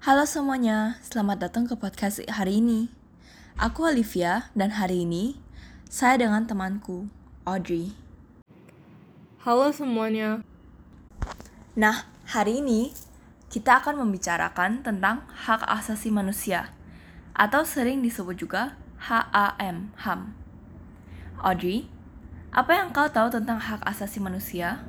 Halo semuanya, selamat datang ke podcast hari ini. Aku Olivia dan hari ini saya dengan temanku, Audrey. Halo semuanya. Nah, hari ini kita akan membicarakan tentang hak asasi manusia atau sering disebut juga HAM, HAM. Audrey, apa yang kau tahu tentang hak asasi manusia?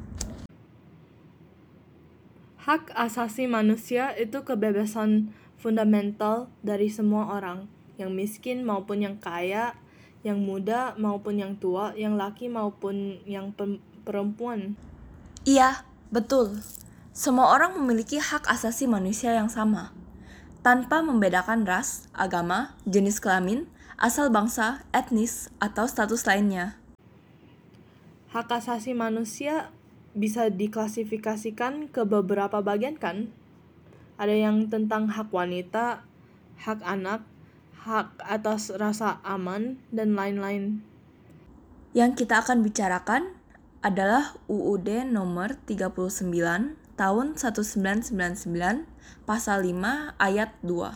Hak asasi manusia itu kebebasan fundamental dari semua orang, yang miskin maupun yang kaya, yang muda maupun yang tua, yang laki maupun yang perempuan. Iya, betul. Semua orang memiliki hak asasi manusia yang sama, tanpa membedakan ras, agama, jenis kelamin, asal bangsa, etnis, atau status lainnya. Hak asasi manusia bisa diklasifikasikan ke beberapa bagian kan? Ada yang tentang hak wanita, hak anak, hak atas rasa aman, dan lain-lain. Yang kita akan bicarakan adalah UUD nomor 39 tahun 1999 pasal 5 ayat 2.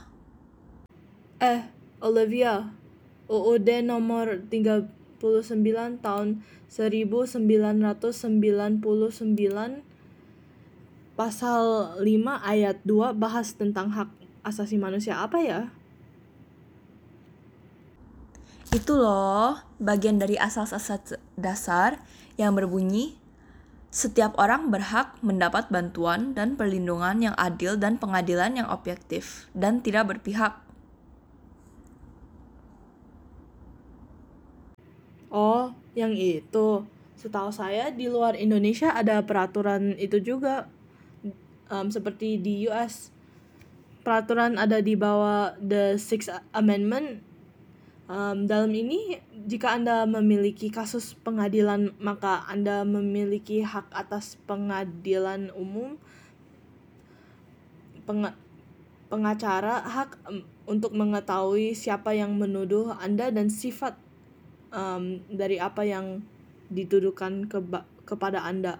Olivia, UUD nomor 39 tahun 1999 pasal 5 ayat 2 bahas tentang hak asasi manusia apa ya? Itu loh, bagian dari asas-asas dasar yang berbunyi, setiap orang berhak mendapat bantuan dan perlindungan yang adil dan pengadilan yang objektif dan tidak berpihak. Oh, yang itu. Setahu saya di luar Indonesia ada peraturan itu juga. Seperti di US. Peraturan ada di bawah the Sixth Amendment. Dalam ini, jika Anda memiliki kasus pengadilan, maka Anda memiliki hak atas pengadilan umum, pengacara, hak untuk mengetahui siapa yang menuduh Anda dan sifat dari apa yang dituduhkan kepada Anda.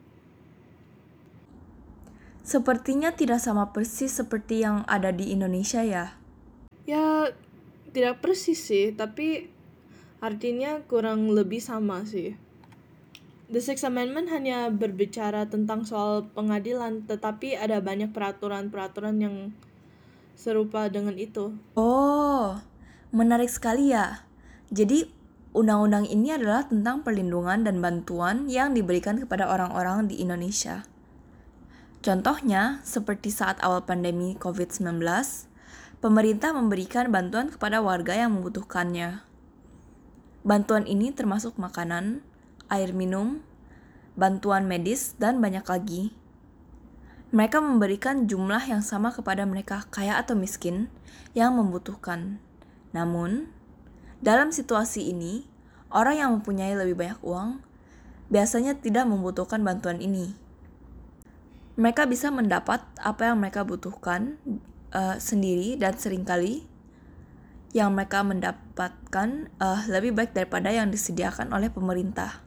Sepertinya tidak sama persis seperti yang ada di Indonesia ya. Ya, tidak persis sih, tapi artinya kurang lebih sama sih. The Sixth Amendment hanya berbicara tentang soal pengadilan, tetapi ada banyak peraturan-peraturan yang serupa dengan itu. Oh, menarik sekali ya. Jadi, undang-undang ini adalah tentang perlindungan dan bantuan yang diberikan kepada orang-orang di Indonesia. Contohnya, seperti saat awal pandemi COVID-19, pemerintah memberikan bantuan kepada warga yang membutuhkannya. Bantuan ini termasuk makanan, air minum, bantuan medis, dan banyak lagi. Mereka memberikan jumlah yang sama kepada mereka kaya atau miskin yang membutuhkan. Namun, dalam situasi ini, orang yang mempunyai lebih banyak uang biasanya tidak membutuhkan bantuan ini. Mereka bisa mendapat apa yang mereka butuhkan sendiri dan seringkali yang mereka mendapatkan lebih baik daripada yang disediakan oleh pemerintah.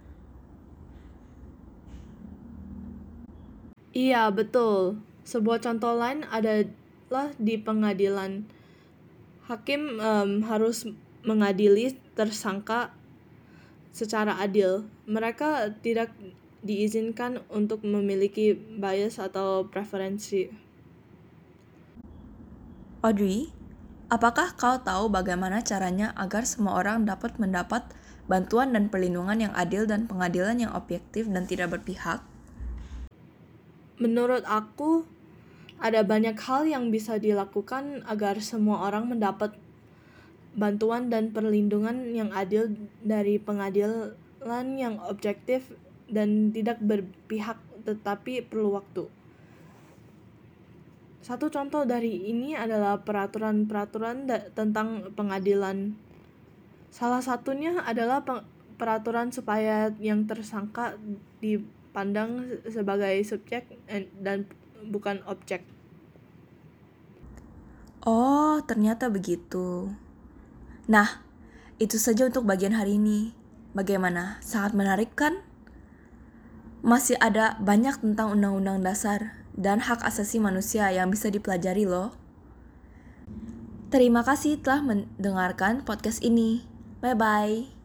Iya, betul. Sebuah contoh lain adalah di pengadilan. Hakim harus mengadili tersangka secara adil. Mereka tidak diizinkan untuk memiliki bias atau preferensi. Audrey, apakah kau tahu bagaimana caranya agar semua orang dapat mendapat bantuan dan perlindungan yang adil dan pengadilan yang objektif dan tidak berpihak? Menurut aku, ada banyak hal yang bisa dilakukan agar semua orang mendapat bantuan dan perlindungan yang adil dari pengadilan yang objektif dan tidak berpihak, tetapi perlu waktu. Satu contoh dari ini adalah peraturan-peraturan tentang pengadilan. Salah satunya adalah peraturan supaya yang tersangka dipandang sebagai subjek dan bukan objek. Oh, ternyata begitu. Nah, itu saja untuk bagian hari ini. Bagaimana? Sangat menarik kan? Masih ada banyak tentang undang-undang dasar dan hak asasi manusia yang bisa dipelajari loh. Terima kasih telah mendengarkan podcast ini. Bye-bye.